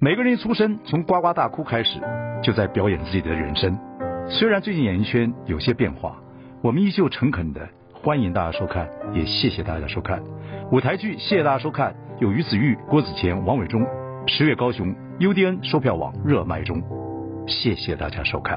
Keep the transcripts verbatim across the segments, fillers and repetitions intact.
每个人出生从呱呱大哭开始，就在表演自己的人生。虽然最近演艺圈有些变化，我们依旧诚恳的欢迎大家收看，也谢谢大家收看舞台剧。谢谢大家收看，有于子玉、郭子乾、王伟忠。十月高雄 U D N 售票网热卖中，谢谢大家收看。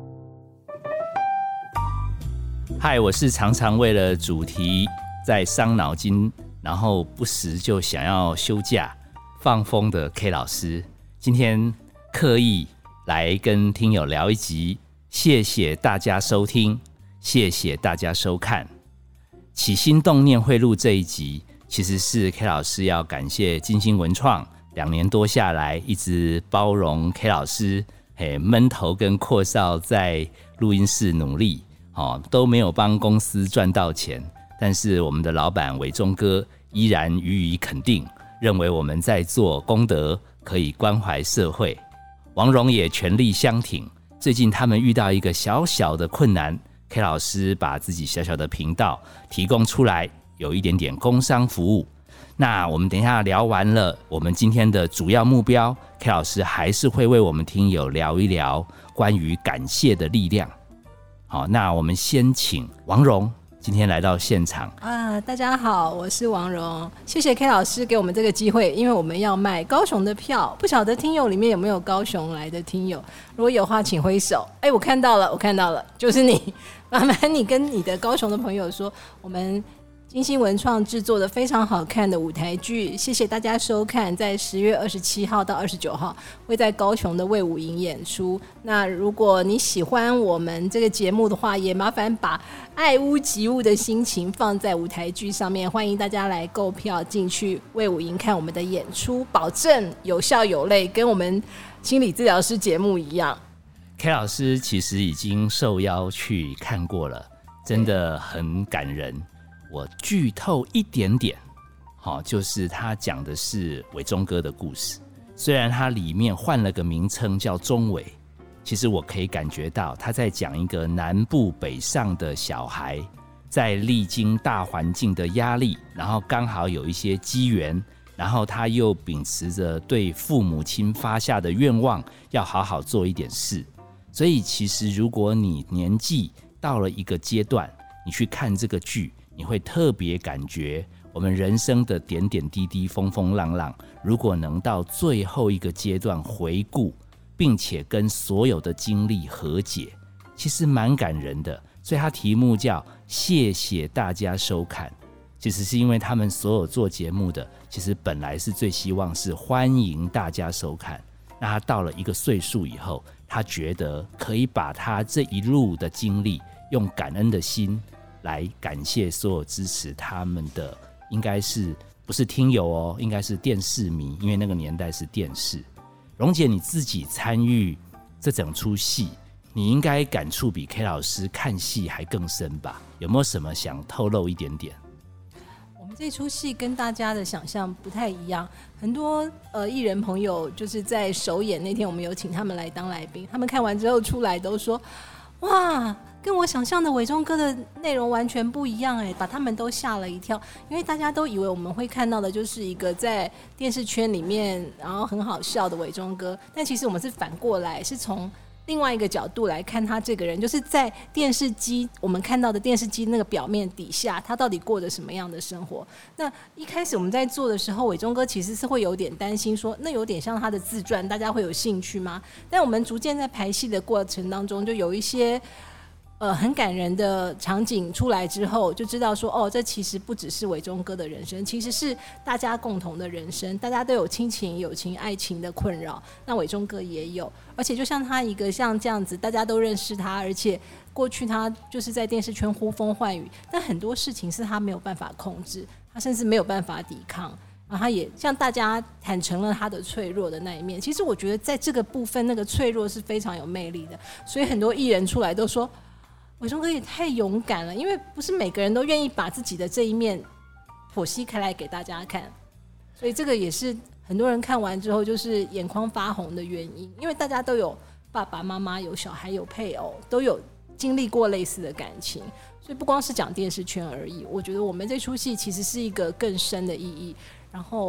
嗨，我是常常为了主题在伤脑筋，然后不时就想要休假放风的 K 老师。今天刻意来跟听友聊一集，谢谢大家收听，谢谢大家收看。起心动念会录这一集，其实是 K 老师要感谢金星文创两年多下来一直包容 K 老师闷头跟阔少在录音室努力，哦，都没有帮公司赚到钱，但是我们的老板伟忠哥依然予以肯定，认为我们在做功德，可以关怀社会。王蓉也全力相挺。最近他们遇到一个小小的困难， K 老师把自己小小的频道提供出来，有一点点工商服务。那我们等一下聊完了我们今天的主要目标， K 老师还是会为我们听友聊一聊关于感谢的力量。好，那我们先请王蓉今天来到现场啊！大家好，我是王蓉，谢谢 K 老师给我们这个机会，因为我们要卖高雄的票，不晓得听友里面有没有高雄来的听友，如果有的话请挥手。哎，我看到了，我看到了，就是你，麻烦你跟你的高雄的朋友说，我们金星文创制作的非常好看的舞台剧，谢谢大家收看，在十月二十七号到二十九号会在高雄的卫武营演出。那如果你喜欢我们这个节目的话，也麻烦把爱屋及乌的心情放在舞台剧上面，欢迎大家来购票进去卫武营看我们的演出，保证有笑有泪，跟我们心理治疗师节目一样。 K 老师其实已经受邀去看过了，真的很感人。我剧透一点点，好，就是他讲的是伟忠哥的故事。虽然他里面换了个名称叫忠伟，其实我可以感觉到他在讲一个南部北上的小孩，在历经大环境的压力，然后刚好有一些机缘，然后他又秉持着对父母亲发下的愿望，要好好做一点事。所以其实如果你年纪到了一个阶段，你去看这个剧，你会特别感觉我们人生的点点滴滴风风浪浪，如果能到最后一个阶段回顾，并且跟所有的经历和解，其实蛮感人的。所以它题目叫谢谢大家收看，其实是因为他们所有做节目的其实本来是最希望是欢迎大家收看，那他到了一个岁数以后，他觉得可以把他这一路的经历用感恩的心来感谢所有支持他们的，应该是不是听友哦，应该是电视迷，因为那个年代是电视。蓉姐你自己参与这整出戏，你应该感触比 K 老师看戏还更深吧？有没有什么想透露一点点？ 我们这出戏跟大家的想象不太一样，很多呃艺人朋友就是在首演那天，我们有请他们来当来宾，他们看完之后出来都说，哇，跟我想象的伟忠哥的内容完全不一样，哎，把他们都吓了一跳。因为大家都以为我们会看到的就是一个在电视圈里面然后很好笑的伟忠哥，但其实我们是反过来，是从另外一个角度来看他这个人，就是在电视机我们看到的电视机那个表面底下，他到底过着什么样的生活。那一开始我们在做的时候，伟忠哥其实是会有点担心说，那有点像他的自传，大家会有兴趣吗？但我们逐渐在排戏的过程当中，就有一些呃，很感人的场景出来之后，就知道说，哦，这其实不只是伟忠哥的人生，其实是大家共同的人生，大家都有亲情、友情、爱情的困扰，那伟忠哥也有。而且就像他一个像这样子，大家都认识他，而且过去他就是在电视圈呼风唤雨，但很多事情是他没有办法控制，他甚至没有办法抵抗。然后他也向大家坦诚了他的脆弱的那一面。其实我觉得在这个部分，那个脆弱是非常有魅力的，所以很多艺人出来都说，伟忠哥也太勇敢了，因为不是每个人都愿意把自己的这一面剖析开来给大家看，所以这个也是很多人看完之后就是眼眶发红的原因，因为大家都有爸爸妈妈、有小孩、有配偶，都有经历过类似的感情，所以不光是讲电视圈而已，我觉得我们这出戏其实是一个更深的意义，然后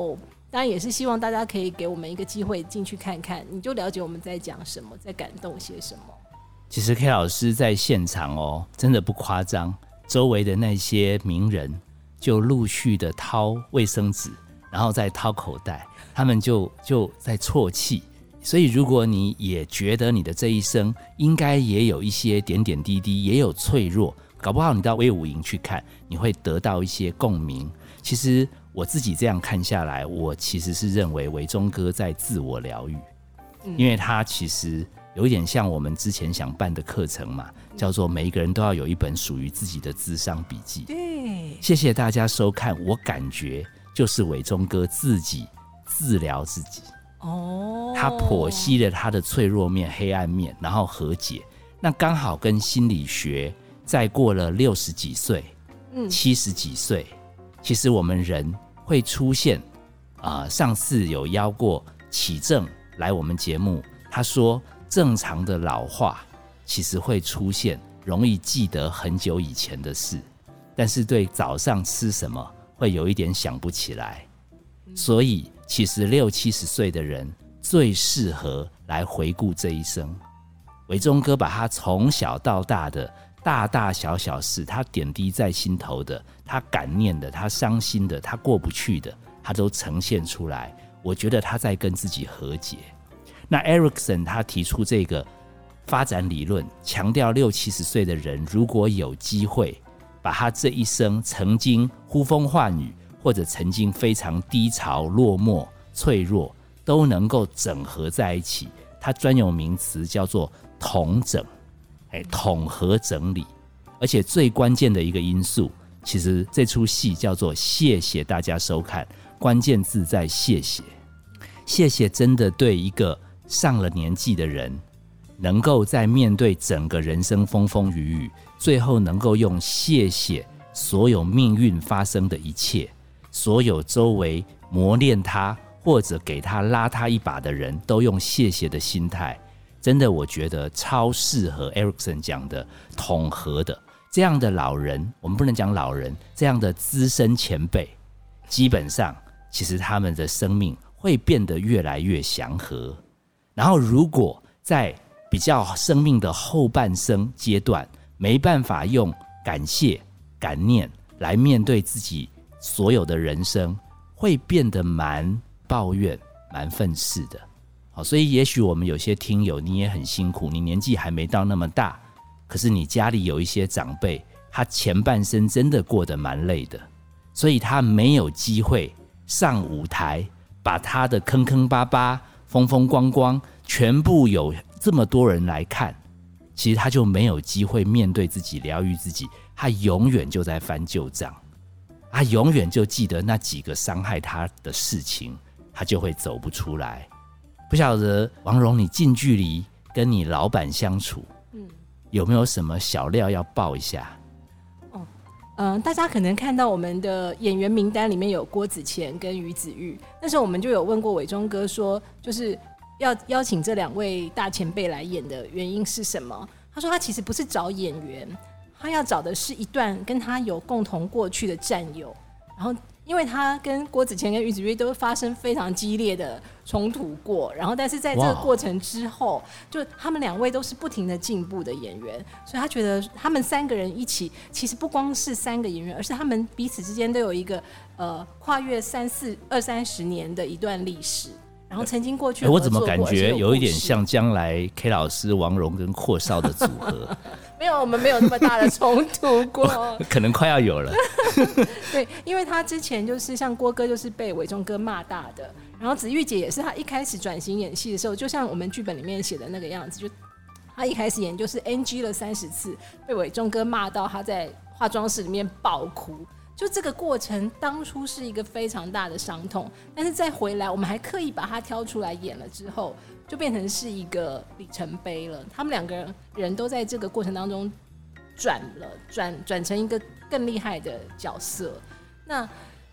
当然也是希望大家可以给我们一个机会进去看看，你就了解我们在讲什么，在感动些什么。 其实 K 老师在现场哦，真的不夸张，周围的那些名人就陆续的掏卫生纸，然后再掏口袋，他们就就在啜泣。所以如果你也觉得你的这一生应该也有一些点点滴滴，也有脆弱，搞不好你到威武营去看，你会得到一些共鸣。其实我自己这样看下来，我其实是认为伟忠哥在自我疗愈，因为他其实有一点像我们之前想办的课程嘛，叫做每一个人都要有一本属于自己的諮商笔记。 对， 谢谢大家收看，我感觉就是伟忠哥自己治疗自己。哦，他剖析了他的脆弱面、黑暗面，然后和解。那刚好跟心理学再过了六十几岁、嗯、七十几岁，其实我们人会出现啊、呃，上次有邀过启正来我们节目，他说正常的老化其实会出现容易记得很久以前的事，但是对早上吃什么会有一点想不起来，所以其实六七十岁的人最适合来回顾这一生。伟忠哥把他从小到大的大大小小事，他点滴在心头的，他感念的，他伤心的，他过不去的，他都呈现出来。我觉得他在跟自己和解。那 Erikson 他提出这个发展理论，强调六七十岁的人如果有机会把他这一生曾经呼风唤雨，或者曾经非常低潮、落寞、脆弱，都能够整合在一起。它专有名词叫做统整，统合整理。而且最关键的一个因素，其实这出戏叫做谢谢大家收看，关键字在谢谢。谢谢真的对一个上了年纪的人，能够在面对整个人生风风雨雨，最后能够用谢谢所有命运发生的一切，所有周围磨练他或者给他拉他一把的人都用谢谢的心态，真的我觉得超适合 Erikson 讲的统合的。这样的老人，我们不能讲老人，这样的资深前辈，基本上其实他们的生命会变得越来越祥和。然后如果在比较生命的后半生阶段没办法用感谢感念来面对自己所有的人生，会变得蛮抱怨蛮愤世的。好，所以也许我们有些听友你也很辛苦，你年纪还没到那么大，可是你家里有一些长辈，他前半生真的过得蛮累的，所以他没有机会上舞台把他的坑坑巴巴风风光光全部有这么多人来看，其实他就没有机会面对自己疗愈自己，他永远就在翻旧账，他永远就记得那几个伤害他的事情，他就会走不出来。不晓得王蓉你近距离跟你老板相处、嗯、有没有什么小料要爆一下？ 嗯，大家可能看到我们的演员名单里面有郭子乾跟于子玉，那时候我们就有问过伟忠哥说，就是要邀请这两位大前辈来演的原因是什么？他说他其实不是找演员，他要找的是一段跟他有共同过去的战友，然后因为他跟郭子乾跟于子玉都发生非常激烈的冲突过，然后但是在这个过程之后，就他们两位都是不停的进步的演员，所以他觉得他们三个人一起，其实不光是三个演员，而是他们彼此之间都有一个呃跨越三四二三十年的一段历史。然后曾经过去合作过、 欸、我怎么感觉有一点像将来 K 老师、王蓉跟阔少的组合？ 没有，我们没有那么大的冲突过， 可能快要有了。 对，因为他之前就是像郭哥，就是被伟忠哥骂大的，然后子玉姐也是他一开始转型演戏的时候，就像我们剧本里面写的那个样子，就他一开始演就是 N G 了三十次，被伟忠哥骂到他在化妆室里面爆哭。就这个过程当初是一个非常大的伤痛，但是再回来我们还刻意把它挑出来演了之后，就变成是一个里程碑了。他们两个人都在这个过程当中转了转转成一个更厉害的角色。那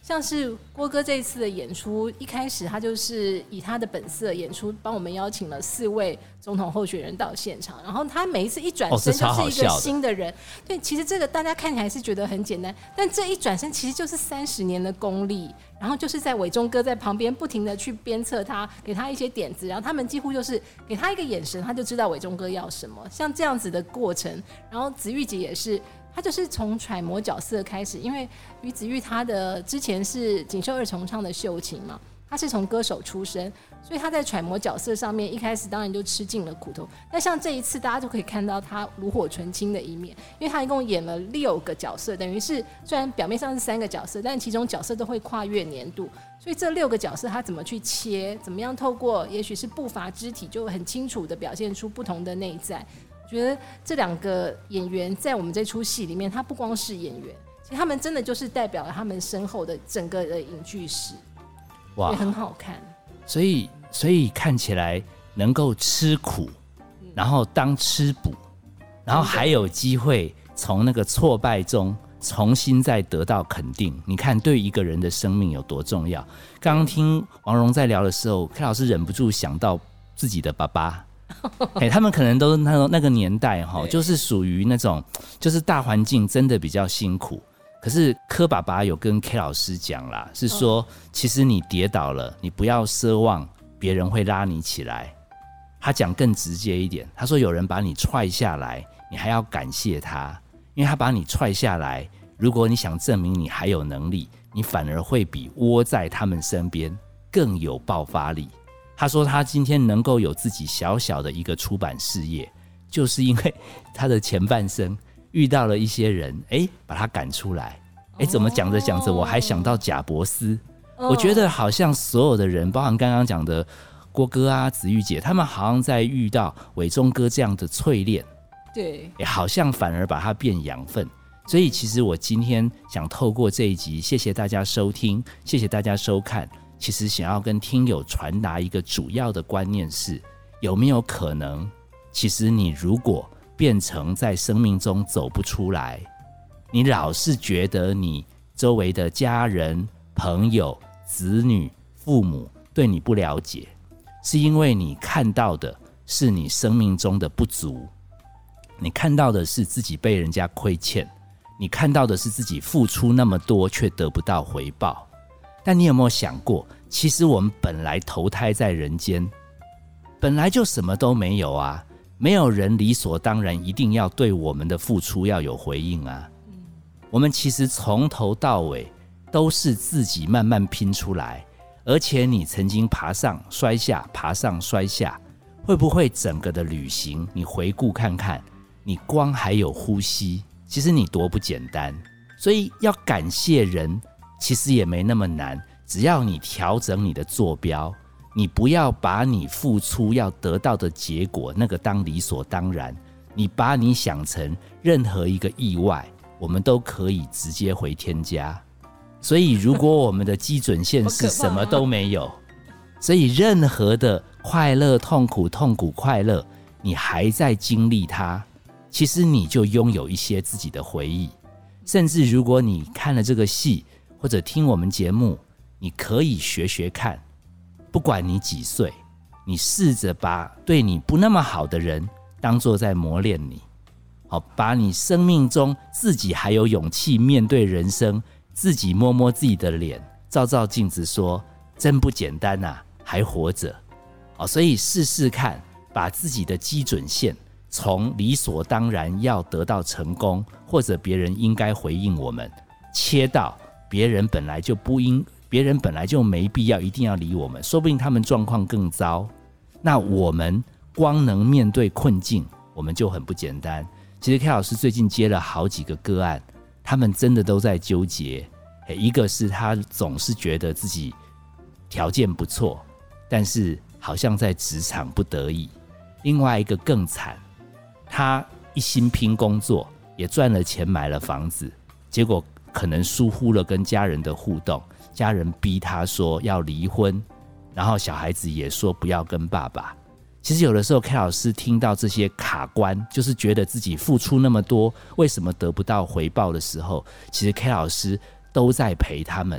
像是郭哥这一次的演出，一开始他就是以他的本色演出，帮我们邀请了四位总统候选人到现场，然后他每一次一转身就是一个新的人。哦、对，其实这个大家看起来是觉得很简单，但这一转身其实就是三十年的功力，然后就是在伟忠哥在旁边不停的去鞭策他，给他一些点子，然后他们几乎就是给他一个眼神，他就知道伟忠哥要什么。像这样子的过程，然后子玉姐也是。他就是从揣摩角色开始，因为于子玉他的之前是锦绣二重唱的秀琴嘛，他是从歌手出身，所以他在揣摩角色上面一开始当然就吃尽了苦头。但像这一次大家就可以看到他炉火纯青的一面，因为他一共演了六个角色，等于是虽然表面上是三个角色，但其中角色都会跨越年度，所以这六个角色他怎么去切，怎么样透过也许是步伐肢体就很清楚的表现出不同的内在。我觉得这两个演员在我们这出戏里面，他不光是演员，其实他们真的就是代表了他们身后的整个的影剧史，哇，也很好看。 所以，所以看起来能够吃苦，然后当吃补，然后还有机会从那个挫败中重新再得到肯定。你看，对一个人的生命有多重要？刚刚听王蓉在聊的时候，K老师忍不住想到自己的爸爸。欸、他们可能都那那个年代哈，就是属于那种，就是大环境真的比较辛苦。可是柯爸爸有跟 K 老师讲啦，是说其实你跌倒了，你不要奢望别人会拉你起来。他讲更直接一点，他说有人把你踹下来，你还要感谢他，因为他把你踹下来。如果你想证明你还有能力，你反而会比窝在他们身边更有爆发力。他说他今天能够有自己小小的一个出版事业，就是因为他的前半生遇到了一些人，哎，把他赶出来。哎，怎么讲着讲着我还想到贾伯斯。哦、我觉得好像所有的人，包含刚刚讲的郭哥啊、子玉姐，他们好像在遇到伟忠哥这样的淬炼， 对， 好像反而把它变养分。所以其实我今天想透过这一集，谢谢大家收听，谢谢大家收看。其实想要跟听友传达一个主要的观念是，有没有可能，其实你如果变成在生命中走不出来，你老是觉得你周围的家人、朋友、子女、父母对你不了解，是因为你看到的是你生命中的不足，你看到的是自己被人家亏欠，你看到的是自己付出那么多却得不到回报。但你有没有想过，其实我们本来投胎在人间，本来就什么都没有啊，没有人理所当然一定要对我们的付出要有回应啊。我们其实从头到尾都是自己慢慢拼出来，而且你曾经爬上摔下，爬上摔下，会不会整个的旅行你回顾看看，你光还有呼吸，其实你多不简单。所以要感谢人其实也没那么难，只要你调整你的坐标，你不要把你付出要得到的结果那个当理所当然，你把你想成任何一个意外，我们都可以直接回天家。所以如果我们的基准线是什么都没有，所以任何的快乐、痛苦、痛苦、快乐，你还在经历它，其实你就拥有一些自己的回忆。甚至如果你看了这个戏或者听我们节目，你可以学学看，不管你几岁，你试着把对你不那么好的人当作在磨练你，好，把你生命中自己还有勇气面对人生，自己摸摸自己的脸，照照镜子说真不简单啊，还活着。好，所以试试看，把自己的基准线从理所当然要得到成功，或者别人应该回应我们，切到别人本来就不应，别人本来就没必要一定要理我们，说不定他们状况更糟。那我们光能面对困境，我们就很不简单。其实 K 老师最近接了好几个个案，他们真的都在纠结。一个是他总是觉得自己条件不错，但是好像在职场不得意。另外一个更惨，他一心拼工作，也赚了钱买了房子，结果可能疏忽了跟家人的互动，家人逼他说要离婚，然后小孩子也说不要跟爸爸。其实有的时候 K 老师听到这些卡关，就是觉得自己付出那么多，为什么得不到回报的时候，其实 K 老师都在陪他们，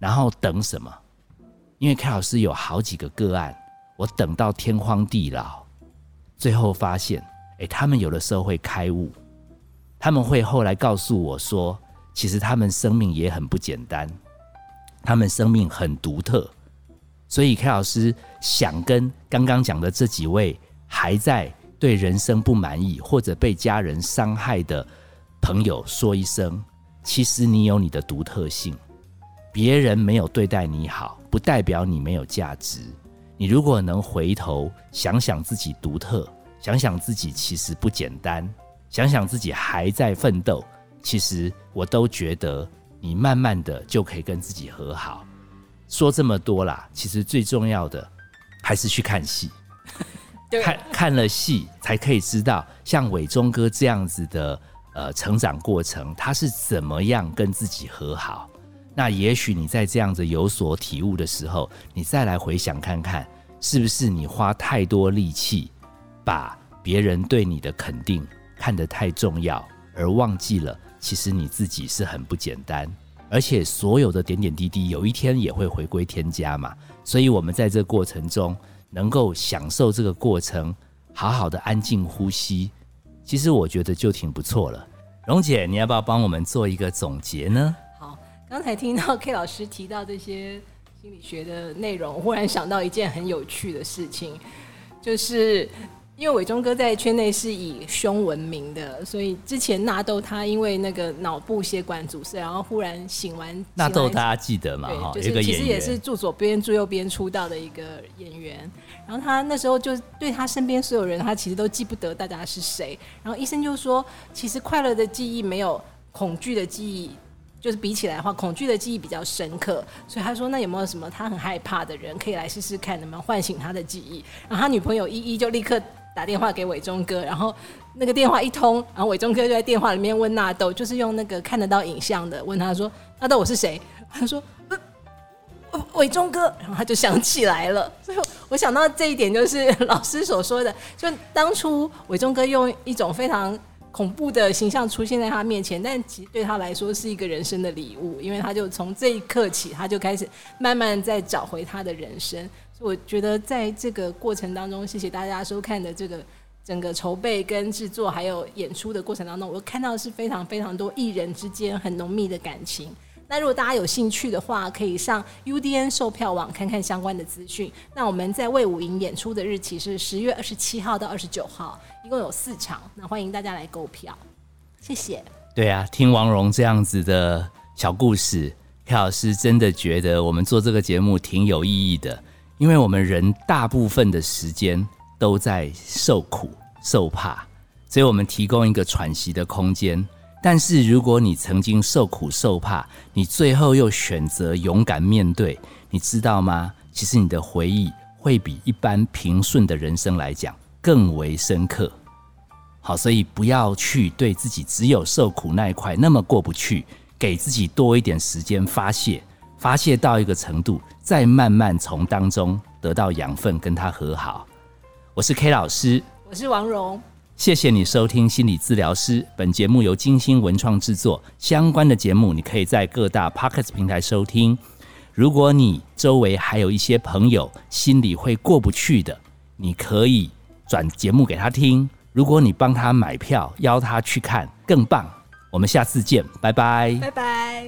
然后等什么？因为 K 老师有好几个个案，我等到天荒地老，最后发现，哎，他们有的时候会开悟，他们会后来告诉我说，其实他们生命也很不简单，他们生命很独特。所以 K 老师想跟刚刚讲的这几位还在对人生不满意或者被家人伤害的朋友说一声，其实你有你的独特性，别人没有对待你好，不代表你没有价值。你如果能回头想想自己独特，想想自己其实不简单，想想自己还在奋斗，其实我都觉得你慢慢的就可以跟自己和好。说这么多啦，其实最重要的还是去看戏看, 看了戏才可以知道像伟忠哥这样子的呃成长过程，他是怎么样跟自己和好。那也许你在这样子有所体悟的时候，你再来回想看看，是不是你花太多力气把别人对你的肯定看得太重要，而忘记了其实你自己是很不简单，而且所有的点点滴滴有一天也会回归天家嘛。所以我们在这个过程中能够享受这个过程，好好的安静呼吸，其实我觉得就挺不错了。蓉姐，你要不要帮我们做一个总结呢？ 好，刚才听到 K 老师提到这些心理学的内容，忽然想到一件很有趣的事情，就是因为伟忠哥在圈内是以凶闻名的，所以之前纳豆他因为那个脑部血管阻塞，然后忽然醒完。纳豆大家记得嘛？ 对，就是其实也是住左边住右边出道的一个演员。然后他那时候就对他身边所有人，他其实都记不得大家是谁。然后医生就说，其实快乐的记忆没有恐惧的记忆。就是比起来的话，恐惧的记忆比较深刻，所以他说那有没有什么他很害怕的人可以来试试看，能不能唤醒他的记忆。然后他女朋友依依就立刻打电话给伟忠哥，然后那个电话一通，然后伟忠哥就在电话里面问纳豆，就是用那个看得到影像的问他说，纳豆我是谁？他说呃伟忠哥，然后他就想起来了。所以我想到这一点，就是老师所说的，就当初伟忠哥用一种非常恐怖的形象出现在他面前，但其实对他来说是一个人生的礼物，因为他就从这一刻起，他就开始慢慢在找回他的人生。所以我觉得在这个过程当中，谢谢大家收看的这个整个筹备跟制作还有演出的过程当中，我看到的是非常非常多艺人之间很浓密的感情。那如果大家有兴趣的话，可以上 U D N 售票网看看相关的资讯。那我们在卫武营演出的日期是十月二十七号到二十九号，一共有四场，那欢迎大家来购票。谢谢。 对啊，听王蓉这样子的小故事， K 老师真的觉得我们做这个节目挺有意义的，因为我们人大部分的时间都在受苦受怕，所以我们提供一个喘息的空间。但是如果你曾经受苦受怕，你最后又选择勇敢面对，你知道吗？其实你的回忆会比一般平顺的人生来讲更为深刻。好，所以不要去对自己只有受苦那一块那么过不去，给自己多一点时间发泄，发泄到一个程度，再慢慢从当中得到养分，跟他和好。我是 K 老师， 我是王蓉。 谢谢你收听心理治疗师，本节目由金星文创制作，相关的节目你可以在各大 Podcast 平台收听。如果你周围还有一些朋友心里会过不去的，你可以转节目给他听，如果你帮他买票邀他去看更棒。我们下次见，拜拜， 拜拜。